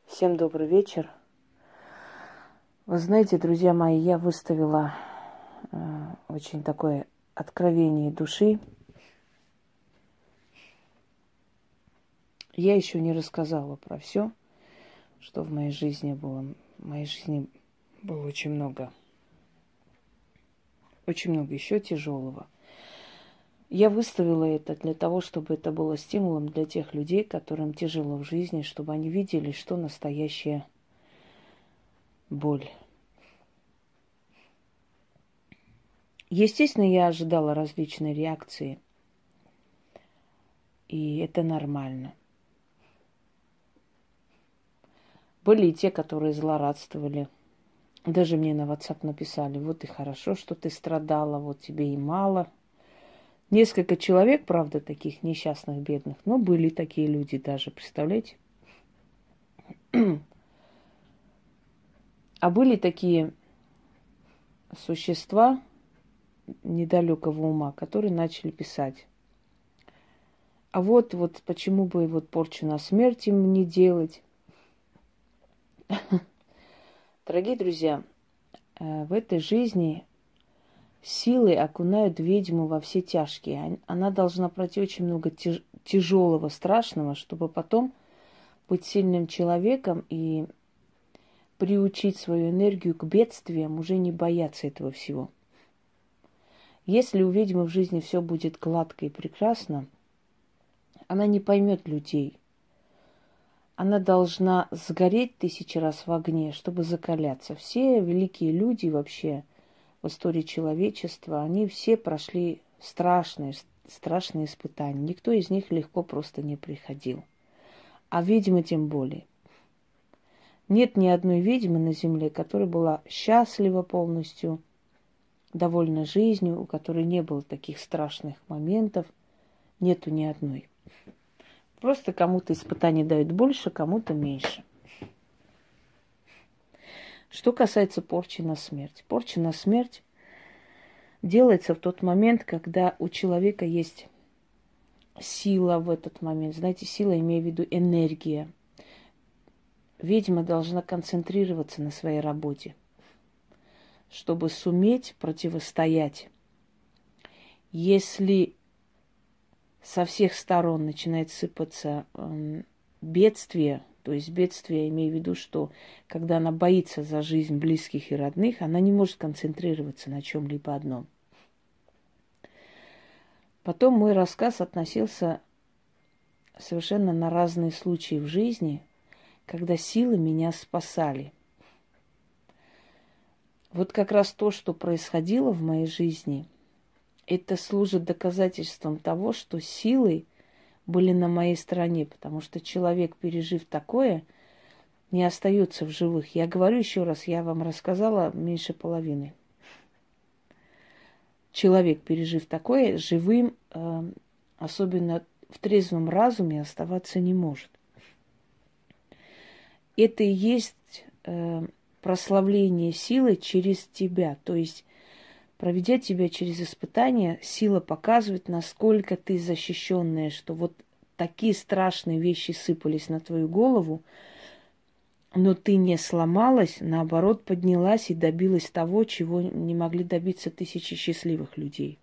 Всем добрый вечер. Вы знаете, друзья мои, я выставила очень такое откровение души. Я еще не рассказала про все, что в моей жизни было. В моей жизни было очень много еще тяжелого. Я выставила это для того, чтобы это было стимулом для тех людей, которым тяжело в жизни, чтобы они видели, что настоящая боль. Естественно, я ожидала различные реакции, и это нормально. Были и те, которые злорадствовали. Даже мне на WhatsApp написали: вот и хорошо, что ты страдала, вот тебе и мало. Несколько человек, правда, таких несчастных, бедных, но были такие люди даже, представляете? А были такие существа недалекого ума, которые начали писать: а вот почему бы вот порчу на смерть им не делать? Дорогие друзья, в этой жизни силы окунают ведьму во все тяжкие. Она должна пройти очень много тяжелого, страшного, чтобы потом быть сильным человеком и приучить свою энергию к бедствиям, уже не бояться этого всего. Если у ведьмы в жизни все будет гладко и прекрасно, она не поймет людей. Она должна сгореть 1000 раз в огне, чтобы закаляться. Все великие люди вообще в истории человечества, они все прошли страшные испытания. Никто из них легко просто не приходил. А ведьмы тем более. Нет ни одной ведьмы на земле, которая была счастлива полностью, довольна жизнью, у которой не было таких страшных моментов. Нету ни одной. Просто кому-то испытания дают больше, кому-то меньше. Что касается порчи на смерть. Порча на смерть делается в тот момент, когда у человека есть сила в этот момент. Знаете, сила, имею в виду энергия. Ведьма должна концентрироваться на своей работе, чтобы суметь противостоять. Если со всех сторон начинает сыпаться бедствие, то есть бедствие, имею в виду, что когда она боится за жизнь близких и родных, она не может концентрироваться на чем-либо одном. Потом мой рассказ относился совершенно на разные случаи в жизни, когда силы меня спасали. Вот как раз то, что происходило в моей жизни, это служит доказательством того, что силы были на моей стороне, потому что человек, пережив такое, не остается в живых. Я говорю еще раз, я вам рассказала меньше половины. Человек, пережив такое, живым, особенно в трезвом разуме, оставаться не может. Это и есть прославление силы через тебя. То есть, проведя тебя через испытания, сила показывает, насколько ты защищенная, что вот такие страшные вещи сыпались на твою голову, но ты не сломалась, наоборот, поднялась и добилась того, чего не могли добиться тысячи счастливых людей.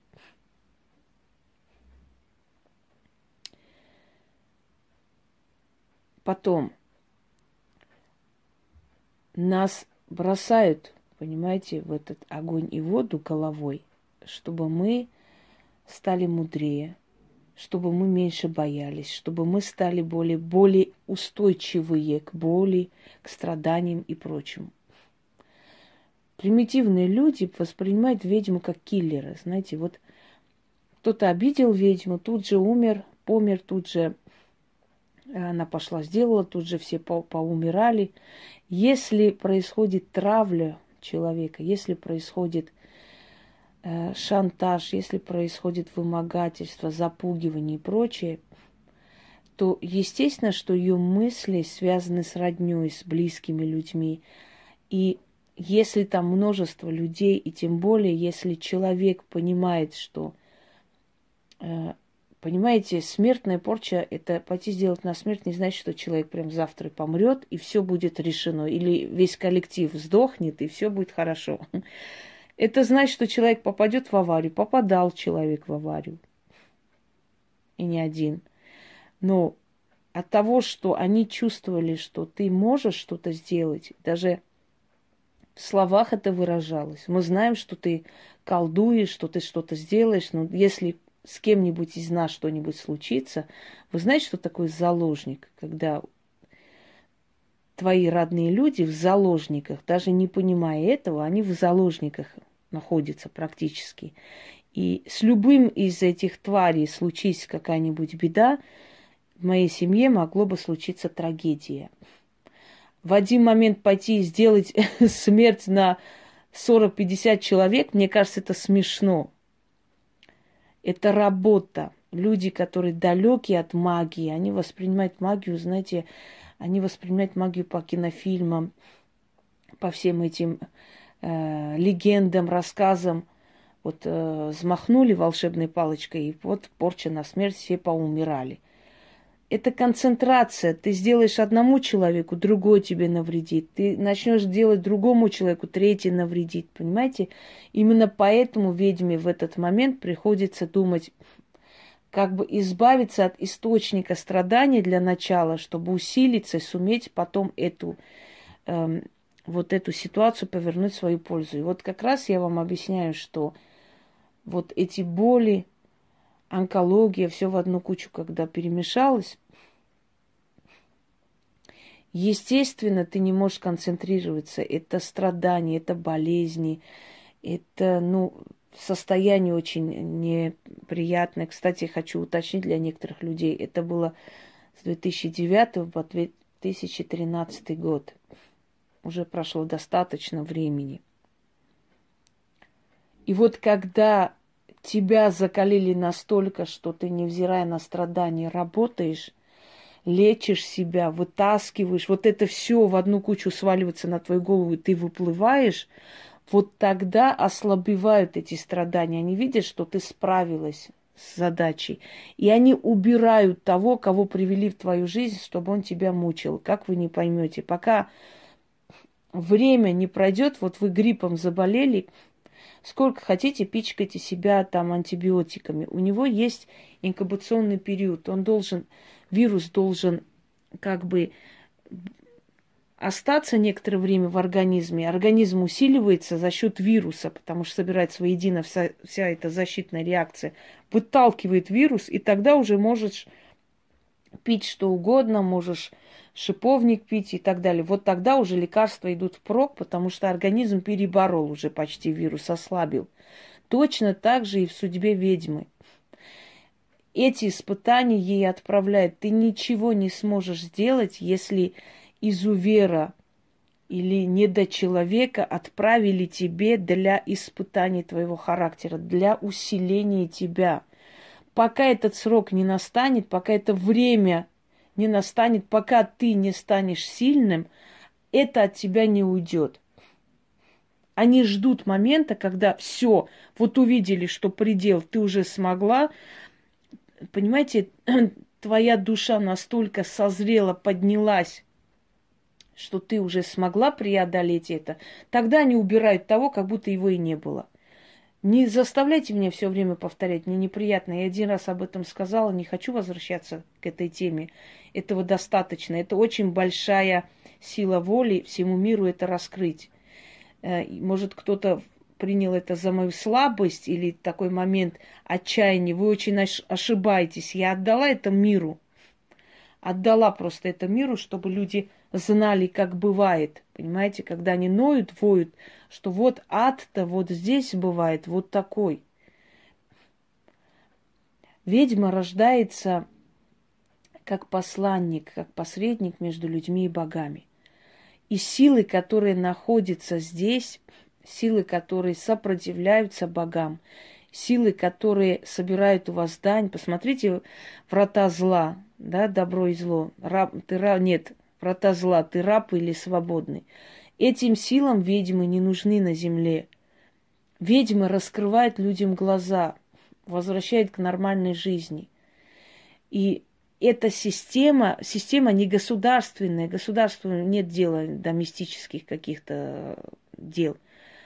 Потом нас бросают, понимаете, в этот огонь и воду головой, чтобы мы стали мудрее, чтобы мы меньше боялись, чтобы мы стали более устойчивые к боли, к страданиям и прочему. Примитивные люди воспринимают ведьму как киллера. Знаете, вот кто-то обидел ведьму, тут же помер, тут же она пошла, сделала, тут же все поумирали. Если происходит травля человека, если происходит шантаж, если происходит вымогательство, запугивание и прочее, то естественно, что ее мысли связаны с роднёй, с близкими людьми. И если там множество людей, и тем более, если человек понимает, что Понимаете, смертная порча – это пойти сделать на смерть, не значит, что человек прям завтра помрет, и все будет решено. Или весь коллектив сдохнет, и все будет хорошо. Это значит, что человек попадет в аварию. Попадал человек в аварию. И не один. Но от того, что они чувствовали, что ты можешь что-то сделать, даже в словах это выражалось. Мы знаем, что ты колдуешь, что ты что-то сделаешь, но если с кем-нибудь из нас что-нибудь случится, вы знаете, что такое заложник, когда твои родные люди в заложниках, даже не понимая этого, они в заложниках находятся практически. И с любым из этих тварей случись какая-нибудь беда, в моей семье могло бы случиться трагедия. В один момент пойти и сделать смерть на 40-50 человек, мне кажется, это смешно. Это работа. Люди, которые далекие от магии, они воспринимают магию, знаете, они воспринимают магию по кинофильмам, по всем этим легендам, рассказам. Вот взмахнули волшебной палочкой, и вот порча на смерть, все поумирали. Это концентрация. Ты сделаешь одному человеку, другой тебе навредит. Ты начнешь делать другому человеку, третий навредит. Понимаете? Именно поэтому ведьме в этот момент приходится думать, как бы избавиться от источника страданий для начала, чтобы усилиться и суметь потом вот эту ситуацию повернуть в свою пользу. И вот как раз я вам объясняю, что вот эти боли, онкология, все в одну кучу, когда перемешалось, естественно, ты не можешь концентрироваться. Это страдания, это болезни, это, состояние очень неприятное. Кстати, хочу уточнить для некоторых людей, это было с 2009 по 2013 год. Уже прошло достаточно времени. И вот когда тебя закалили настолько, что ты, невзирая на страдания, работаешь, лечишь себя, вытаскиваешь, вот это все в одну кучу сваливается на твою голову, и ты выплываешь, вот тогда ослабевают эти страдания. Они видят, что ты справилась с задачей. И они убирают того, кого привели в твою жизнь, чтобы он тебя мучил. Как вы не поймете. Пока время не пройдет, вот вы гриппом заболели, сколько хотите, пичкайте себя там антибиотиками. У него есть инкубационный период. Вирус должен как бы остаться некоторое время в организме. Организм усиливается за счет вируса, потому что собирается воедино вся эта защитная реакция, выталкивает вирус, и тогда уже можешь пить что угодно, можешь шиповник пить и так далее. Вот тогда уже лекарства идут впрок, потому что организм переборол уже почти вирус, ослабил. Точно так же и в судьбе ведьмы. Эти испытания ей отправляют. Ты ничего не сможешь сделать, если изувера или недочеловека отправили тебе для испытания твоего характера, для усиления тебя. Пока этот срок не настанет, пока это время не настанет, пока ты не станешь сильным, это от тебя не уйдет. Они ждут момента, когда все, вот увидели, что предел ты уже смогла, понимаете, твоя душа настолько созрела, поднялась, что ты уже смогла преодолеть это, тогда они убирают того, как будто его и не было. Не заставляйте меня все время повторять, мне неприятно. Я один раз об этом сказала, не хочу возвращаться к этой теме. Этого достаточно. Это очень большая сила воли всему миру это раскрыть. Может, кто-то принял это за мою слабость или такой момент отчаяния. Вы очень ошибаетесь. Я отдала это миру. Отдала просто это миру, чтобы люди знали, как бывает. Понимаете, когда они ноют, воют, что вот ад-то вот здесь бывает, вот такой. Ведьма рождается как посланник, как посредник между людьми и богами. И силы, которые находятся здесь, силы, которые сопротивляются богам, силы, которые собирают у вас дань. Посмотрите, врата зла, да, добро и зло. Врата зла, ты раб или свободный. Этим силам ведьмы не нужны на земле. Ведьмы раскрывают людям глаза, возвращают к нормальной жизни. И эта система не государственная, государству нет дела до мистических каких-то дел.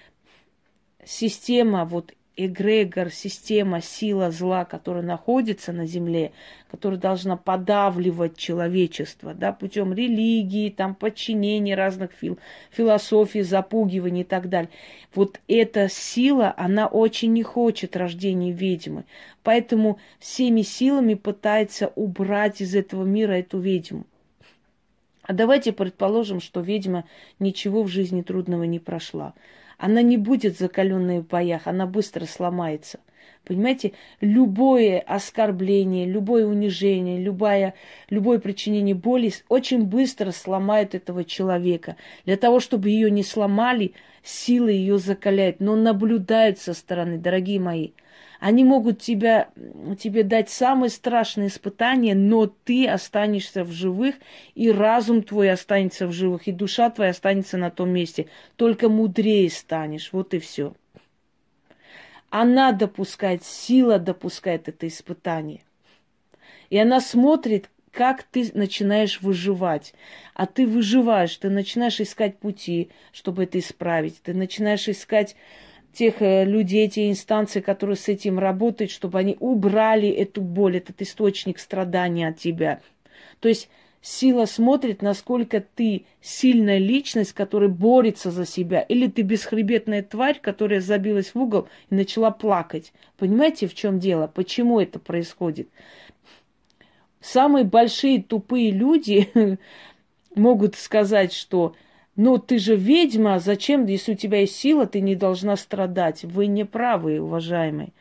Система, вот эгрегор, система, сила зла, которая находится на земле, которая должна подавливать человечество, да, путем религии, там, подчинения разных философий, запугиваний и так далее. Вот эта сила, она очень не хочет рождения ведьмы. Поэтому всеми силами пытается убрать из этого мира эту ведьму. А давайте предположим, что ведьма ничего в жизни трудного не прошла. Она не будет закаленной в боях, она быстро сломается. Понимаете, любое оскорбление, любое унижение, любое причинение боли очень быстро сломает этого человека. Для того, чтобы ее не сломали, силы ее закаляют, но наблюдают со стороны, дорогие мои. Они могут тебе дать самые страшные испытания, но ты останешься в живых, и разум твой останется в живых, и душа твоя останется на том месте. Только мудрее станешь, вот и все. Она допускает, сила допускает это испытание. И она смотрит, как ты начинаешь выживать. А ты выживаешь, ты начинаешь искать пути, чтобы это исправить. Ты начинаешь искать тех людей, те инстанции, которые с этим работают, чтобы они убрали эту боль, этот источник страдания от тебя. То есть сила смотрит, насколько ты сильная личность, которая борется за себя, или ты бесхребетная тварь, которая забилась в угол и начала плакать. Понимаете, в чем дело? Почему это происходит? Самые большие тупые люди могут сказать, что ну, ты же ведьма, зачем, если у тебя есть сила, ты не должна страдать. Вы не правы, уважаемые.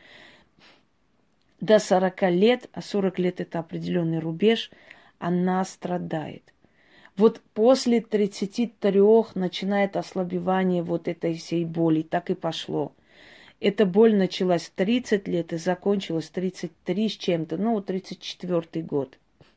До 40 лет, а 40 лет это определенный рубеж, она страдает. Вот после 33 начинает ослабевание вот этой всей боли. Так и пошло. Эта боль началась в 30 лет и закончилась в 33 с чем-то, ну, 34 год.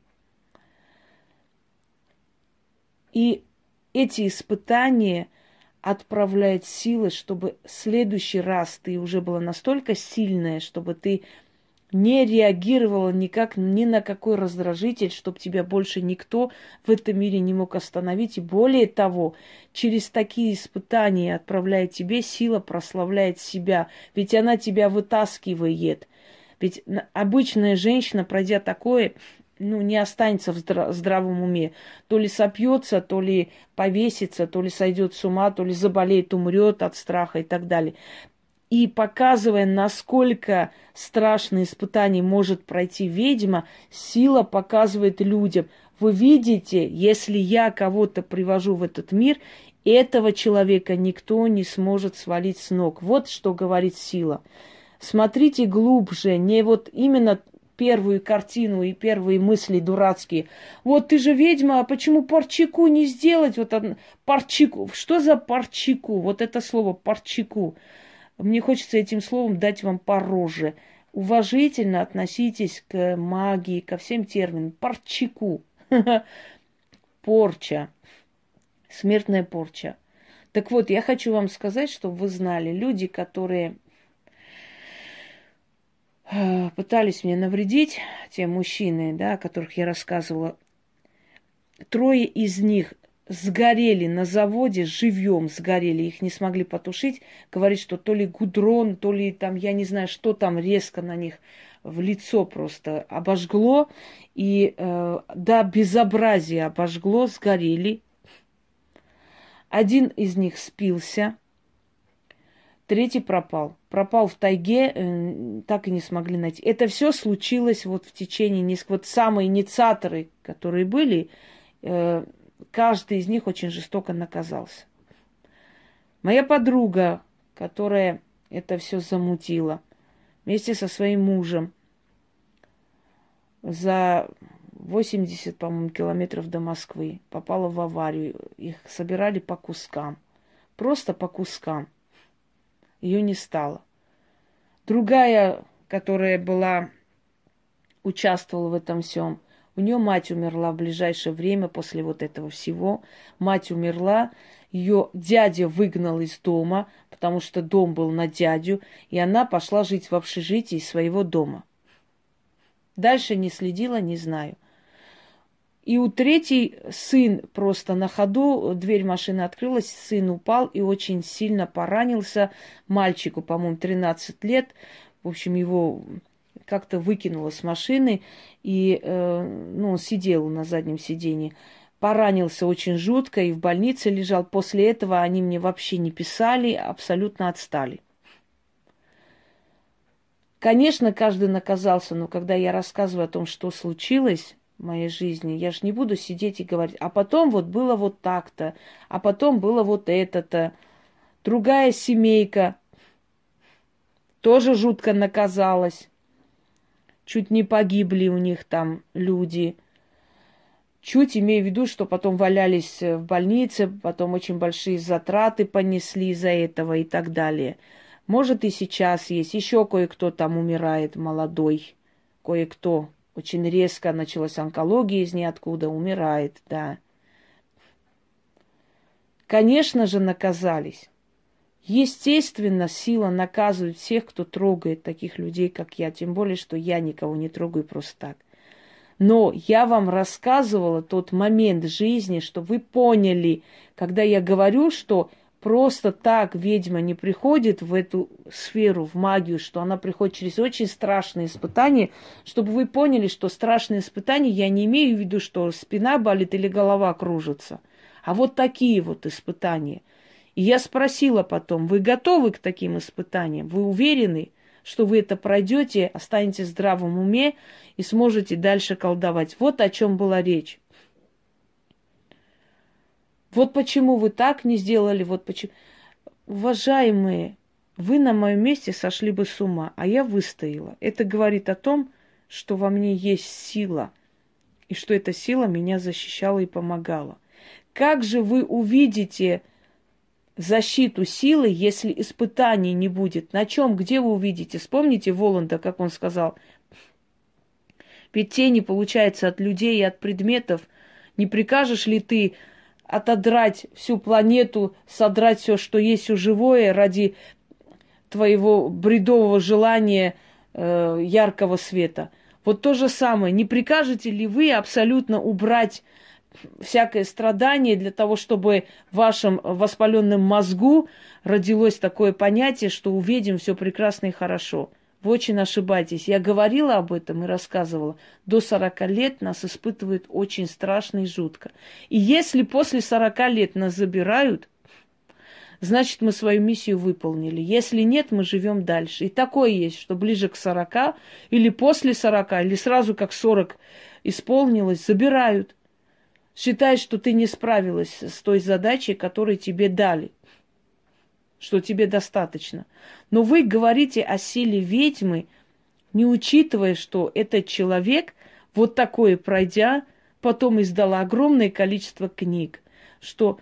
И эти испытания отправляют силы, чтобы в следующий раз ты уже была настолько сильная, чтобы ты не реагировала никак ни на какой раздражитель, чтобы тебя больше никто в этом мире не мог остановить. И более того, через такие испытания отправляет тебе сила, прославляет себя. Ведь она тебя вытаскивает. Ведь обычная женщина, пройдя такое, не останется в здравом уме. То ли сопьется, то ли повесится, то ли сойдет с ума, то ли заболеет, умрет от страха и так далее. И показывая, насколько страшные испытания может пройти ведьма, сила показывает людям: вы видите, если я кого-то привожу в этот мир, этого человека никто не сможет свалить с ног. Вот что говорит сила. Смотрите глубже, не вот именно первую картину и первые мысли дурацкие. Вот ты же ведьма, а почему парчику не сделать? Вот парчику. Что за парчику? Вот это слово парчику. Мне хочется этим словом дать вам по роже. Уважительно относитесь к магии, ко всем терминам. Парчику. Порча. Смертная порча. Так вот, я хочу вам сказать, чтобы вы знали, люди, которые пытались мне навредить, те мужчины, да, о которых я рассказывала, 3 из них сгорели на заводе, живьем сгорели, их не смогли потушить. Говорит, что то ли гудрон, то ли там, я не знаю, что там резко на них в лицо просто обожгло. И до безобразия обожгло, сгорели. Один из них спился, 3 пропал. Пропал в тайге, так и не смогли найти. Это все случилось вот в течение нескольких... Вот самые инициаторы, которые были, каждый из них очень жестоко наказался. Моя подруга, которая это все замутила, вместе со своим мужем за 80, по-моему, километров до Москвы попала в аварию. Их собирали по кускам. Просто по кускам. Ее не стало. Другая, которая участвовала в этом всем, у нее мать умерла в ближайшее время после вот этого всего. Мать умерла, ее дядя выгнал из дома, потому что дом был на дядю, и она пошла жить в общежитии своего дома. Дальше не следила, не знаю. И у третий сын просто на ходу, дверь машины открылась, сын упал и очень сильно поранился. Мальчику, по-моему, 13 лет. В общем, его как-то выкинуло с машины, и он сидел на заднем сиденье. Поранился очень жутко и в больнице лежал. После этого они мне вообще не писали, абсолютно отстали. Конечно, каждый наказался, но когда я рассказываю о том, что случилось в моей жизни, я же не буду сидеть и говорить, а потом вот было вот так-то, а потом было вот это-то. Другая семейка тоже жутко наказалась. Чуть не погибли у них там люди. Чуть имею в виду, что потом валялись в больнице, потом очень большие затраты понесли из-за этого и так далее. Может, и сейчас есть. Еще кое-кто там умирает, молодой. Кое-кто. Очень резко началась онкология из ниоткуда. Умирает, да. Конечно же, наказались. Естественно, сила наказывает всех, кто трогает таких людей, как я. Тем более, что я никого не трогаю просто так. Но я вам рассказывала тот момент жизни, что вы поняли, когда я говорю, что просто так ведьма не приходит в эту сферу, в магию, что она приходит через очень страшные испытания, чтобы вы поняли, что страшные испытания, я не имею в виду, что спина болит или голова кружится, а вот такие вот испытания. И я спросила потом, вы готовы к таким испытаниям? Вы уверены, что вы это пройдете, останетесь в здравом уме и сможете дальше колдовать? Вот о чем была речь. Вот почему вы так не сделали, вот почему. Уважаемые, вы на моем месте сошли бы с ума, а я выстояла. Это говорит о том, что во мне есть сила, и что эта сила меня защищала и помогала. Как же вы увидите защиту силы, если испытаний не будет? На чем, где вы увидите? Вспомните Воланда, как он сказал. Ведь тени, получается, от людей и от предметов. Не прикажешь ли ты отодрать всю планету, содрать все, что есть у живое, ради твоего бредового желания яркого света? Вот то же самое. Не прикажете ли вы абсолютно убрать всякое страдание для того, чтобы в вашем воспаленном мозгу родилось такое понятие, что увидим все прекрасно и хорошо? Вы очень ошибаетесь. Я говорила об этом и рассказывала. До 40 лет нас испытывают очень страшно и жутко. И если после 40 лет нас забирают, значит, мы свою миссию выполнили. Если нет, мы живем дальше. И такое есть, что ближе к 40 или после 40, или сразу как 40 исполнилось, забирают. Считай, что ты не справилась с той задачей, которую тебе дали, что тебе достаточно. Но вы говорите о силе ведьмы, не учитывая, что этот человек, вот такое пройдя, потом издал огромное количество книг, что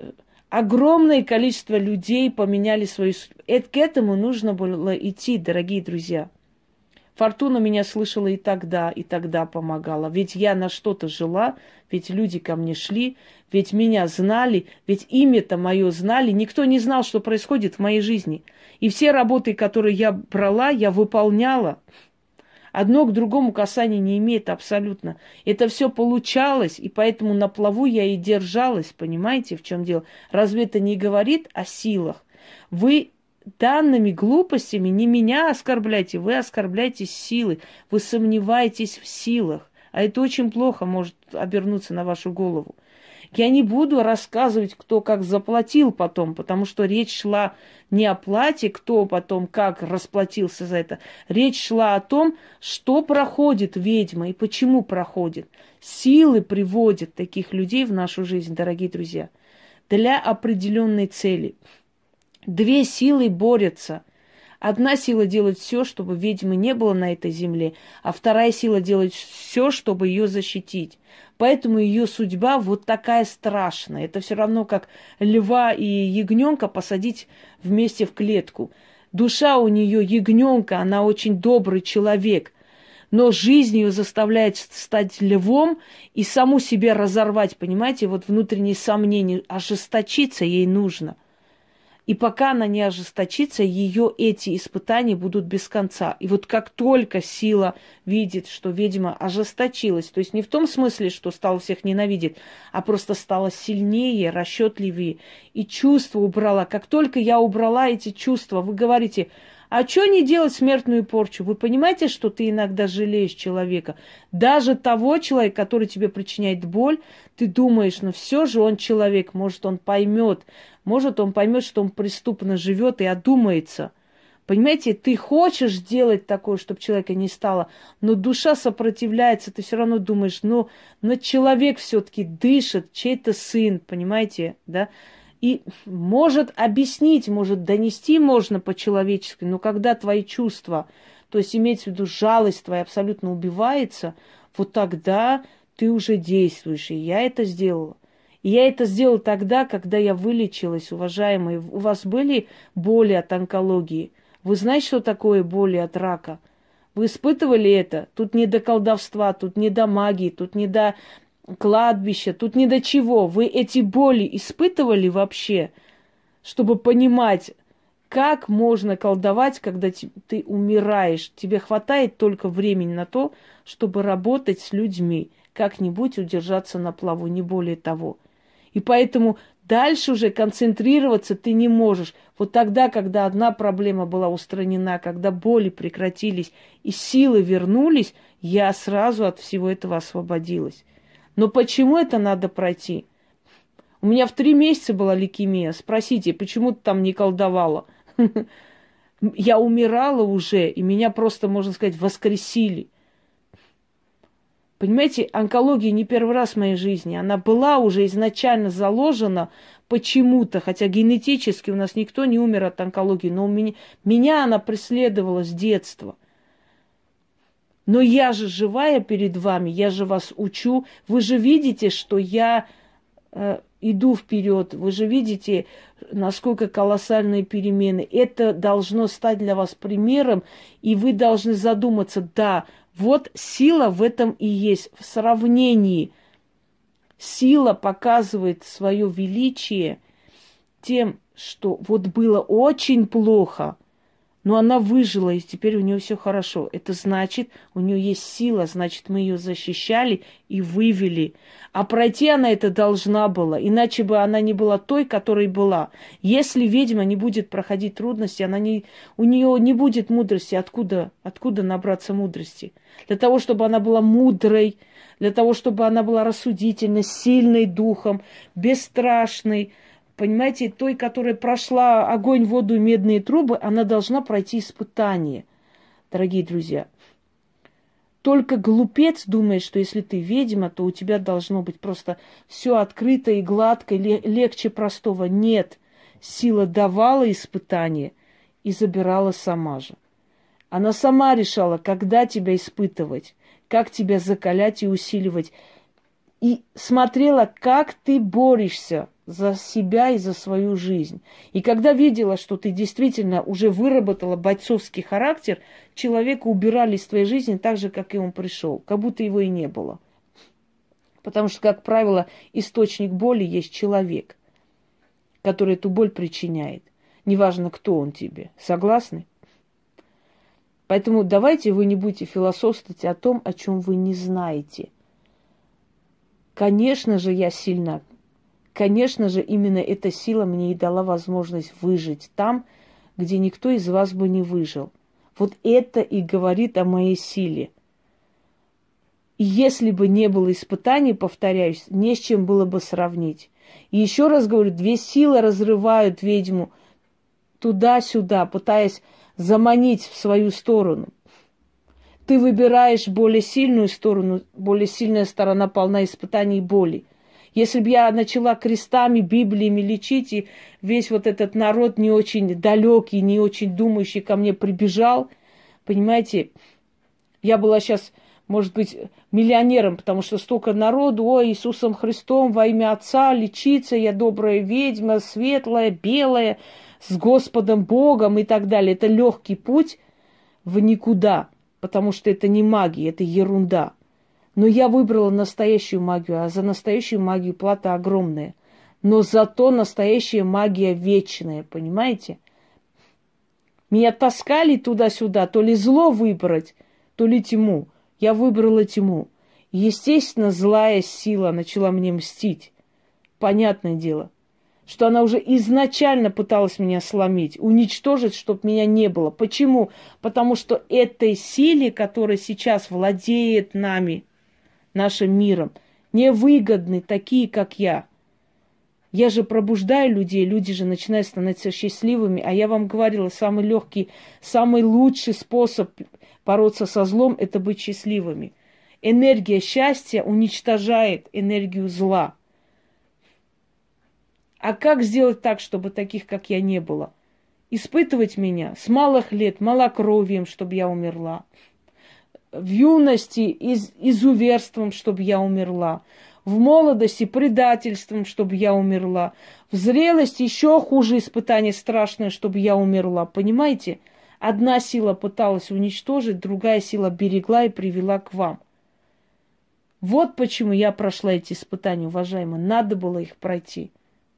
огромное количество людей поменяли свою судьбу. К этому нужно было идти, дорогие друзья. Фортуна меня слышала и тогда помогала. Ведь я на что-то жила, ведь люди ко мне шли, ведь меня знали, ведь имя-то мое знали. Никто не знал, что происходит в моей жизни. И все работы, которые я брала, я выполняла. Одно к другому касания не имеет абсолютно. Это все получалось, и поэтому на плаву я и держалась. Понимаете, в чем дело? Разве это не говорит о силах? Вы данными глупостями не меня оскорбляйте, вы оскорбляете силы, вы сомневаетесь в силах, а это очень плохо может обернуться на вашу голову. Я не буду рассказывать, кто как заплатил потом, потому что речь шла не о плате, кто потом как расплатился за это. Речь шла о том, что проходит ведьма и почему проходит. Силы приводят таких людей в нашу жизнь, дорогие друзья, для определенной цели. Две силы борются. Одна сила делает все, чтобы ведьмы не было на этой земле, а вторая сила делает все, чтобы ее защитить. Поэтому ее судьба вот такая страшная. Это все равно, как льва и ягненка посадить вместе в клетку. Душа у нее ягненка, она очень добрый человек, но жизнь ее заставляет стать львом и саму себя разорвать, понимаете? Вот внутренние сомнения, ожесточиться ей нужно. И пока она не ожесточится, ее эти испытания будут без конца. И вот как только сила видит, что ведьма ожесточилась, то есть не в том смысле, что стала всех ненавидеть, а просто стала сильнее, расчетливее, и чувства убрала. Как только я убрала эти чувства, вы говорите, а что не делать смертную порчу? Вы понимаете, что ты иногда жалеешь человека? Даже того человека, который тебе причиняет боль, ты думаешь, но все же он человек, может, он поймет, что он преступно живет и одумается. Понимаете, ты хочешь сделать такое, чтобы человека не стало, но душа сопротивляется, ты все равно думаешь, но человек все-таки дышит, чей-то сын, понимаете, да? И может объяснить, может донести можно по-человечески, но когда твои чувства, то есть имеется в виду жалость твоя абсолютно убивается, вот тогда ты уже действуешь. И я это сделала. И я это сделала тогда, когда я вылечилась, уважаемые. У вас были боли от онкологии? Вы знаете, что такое боли от рака? Вы испытывали это? Тут не до колдовства, тут не до магии, тут не до кладбища, тут не до чего. Вы эти боли испытывали вообще, чтобы понимать, как можно колдовать, когда ты умираешь. Тебе хватает только времени на то, чтобы работать с людьми, как-нибудь удержаться на плаву, не более того. И поэтому дальше уже концентрироваться ты не можешь. Вот тогда, когда одна проблема была устранена, когда боли прекратились и силы вернулись, я сразу от всего этого освободилась. Но почему это надо пройти? У меня в 3 месяца была лейкемия. Спросите, почему ты там не колдовала? Я умирала уже, и меня просто, можно сказать, воскресили. Понимаете, онкология не первый раз в моей жизни. Она была уже изначально заложена почему-то, хотя генетически у нас никто не умер от онкологии, но меня она преследовала с детства. Но я же живая перед вами, я же вас учу. Вы же видите, что я иду вперед. Вы же видите, насколько колоссальные перемены. Это должно стать для вас примером, и вы должны задуматься, да, вот сила в этом и есть. В сравнении сила показывает свое величие тем, что вот было очень плохо, но она выжила, и теперь у нее все хорошо. Это значит, у нее есть сила, значит, мы ее защищали и вывели. А пройти она это должна была, иначе бы она не была той, которой была. Если ведьма не будет проходить трудности, у нее не будет мудрости. Откуда набраться мудрости? Для того, чтобы она была мудрой, для того, чтобы она была рассудительной, сильной духом, бесстрашной, понимаете, той, которая прошла огонь, воду и медные трубы, она должна пройти испытание, дорогие друзья. Только глупец думает, что если ты ведьма, то у тебя должно быть просто все открыто и гладко, легче простого. Нет, сила давала испытание и забирала сама же. Она сама решала, когда тебя испытывать, как тебя закалять и усиливать. И смотрела, как ты борешься за себя и за свою жизнь. И когда видела, что ты действительно уже выработала бойцовский характер, человека убирали из твоей жизни так же, как и он пришел, как будто его и не было. Потому что, как правило, источник боли есть человек, который эту боль причиняет. Неважно, кто он тебе. Согласны? Поэтому давайте вы не будете философствовать о том, о чем вы не знаете. Конечно же, я сильна. Конечно же, именно эта сила мне и дала возможность выжить там, где никто из вас бы не выжил. Вот это и говорит о моей силе. И если бы не было испытаний, повторяюсь, не с чем было бы сравнить. И еще раз говорю, 2 силы разрывают ведьму туда-сюда, пытаясь заманить в свою сторону. Ты выбираешь более сильную сторону, более сильная сторона полна испытаний и боли. Если бы я начала крестами, Библиями лечить, и весь вот этот народ не очень далекий, не очень думающий ко мне прибежал, понимаете, я была сейчас, может быть, миллионером, потому что столько народу, ой, Иисусом Христом во имя Отца лечиться, я добрая ведьма, светлая, белая, с Господом Богом и так далее. Это легкий путь в никуда, потому что это не магия, это ерунда. Но я выбрала настоящую магию, а за настоящую магию плата огромная. Но зато настоящая магия вечная, понимаете? Меня таскали туда-сюда, то ли зло выбрать, то ли тьму. Я выбрала тьму. Естественно, злая сила начала мне мстить. Понятное дело, что она уже изначально пыталась меня сломить, уничтожить, чтобы меня не было. Почему? Потому что этой силе, которая сейчас владеет нами, нашим миром, невыгодны такие, как я. Я же пробуждаю людей, люди же начинают становиться счастливыми. А я вам говорила, самый легкий, самый лучший способ бороться со злом – это быть счастливыми. Энергия счастья уничтожает энергию зла. А как сделать так, чтобы таких, как я, не было? Испытывать меня с малых лет малокровием, чтобы я умерла. В юности изуверством, чтобы я умерла. В молодости предательством, чтобы я умерла. В зрелости еще хуже испытание страшное, чтобы я умерла. Понимаете? Одна сила пыталась уничтожить, другая сила берегла и привела к вам. Вот почему я прошла эти испытания, уважаемые. Надо было их пройти.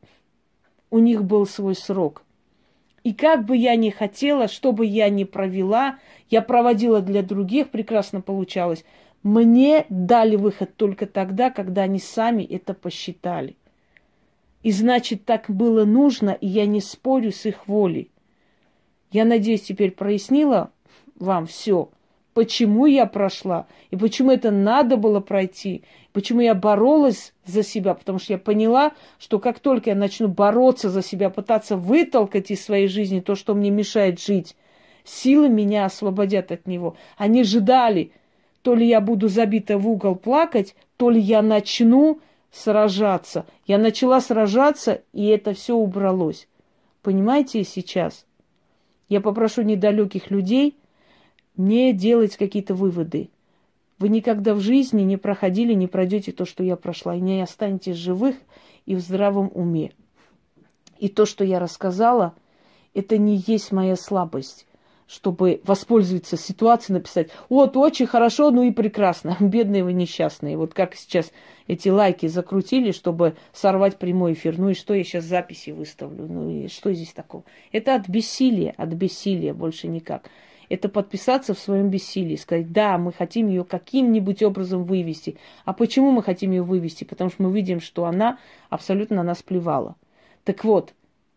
У них был свой срок. И как бы я ни хотела, что бы я ни провела, я проводила для других, прекрасно получалось. Мне дали выход только тогда, когда они сами это посчитали. И значит, так было нужно, и я не спорю с их волей. Я надеюсь, теперь прояснила вам все, почему я прошла, и почему это надо было пройти, почему я боролась за себя, потому что я поняла, что как только я начну бороться за себя, пытаться вытолкать из своей жизни то, что мне мешает жить, силы меня освободят от него. Они ждали, то ли я буду забита в угол плакать, то ли я начну сражаться. Я начала сражаться, и это все убралось. Понимаете, сейчас я попрошу недалеких людей не делать какие-то выводы. Вы никогда в жизни не проходили, не пройдете то, что я прошла, и не останетесь живых и в здравом уме. И то, что я рассказала, это не есть моя слабость, чтобы воспользоваться ситуацией, написать: вот, очень хорошо, ну и прекрасно, бедные вы несчастные. Вот как сейчас эти лайки закрутили, чтобы сорвать прямой эфир. Ну и что я сейчас записи выставлю? Ну и что здесь такого? Это от бессилия, больше никак. Это подписаться в своем бессилии, сказать: да, мы хотим ее каким-нибудь образом вывести. А почему мы хотим ее вывести? Потому что мы видим, что она абсолютно на нас плевала. Так вот,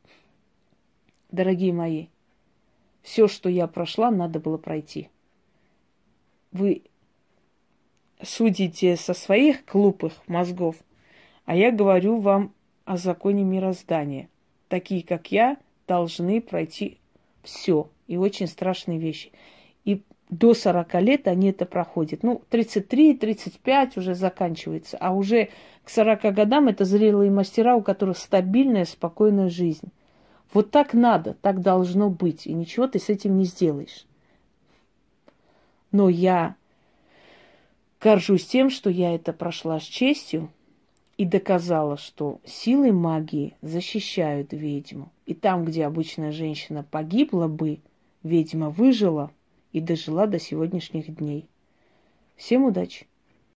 дорогие мои, все, что я прошла, надо было пройти. Вы судите со своих глупых мозгов, а я говорю вам о законе мироздания. Такие, как я, должны пройти все. И очень страшные вещи. И до 40 лет они это проходят. Ну, 33-35 уже заканчивается. А уже к 40 годам это зрелые мастера, у которых стабильная, спокойная жизнь. Вот так надо, так должно быть. И ничего ты с этим не сделаешь. Но я горжусь тем, что я это прошла с честью и доказала, что силы магии защищают ведьму. И там, где обычная женщина погибла бы, ведьма выжила и дожила до сегодняшних дней. Всем удачи!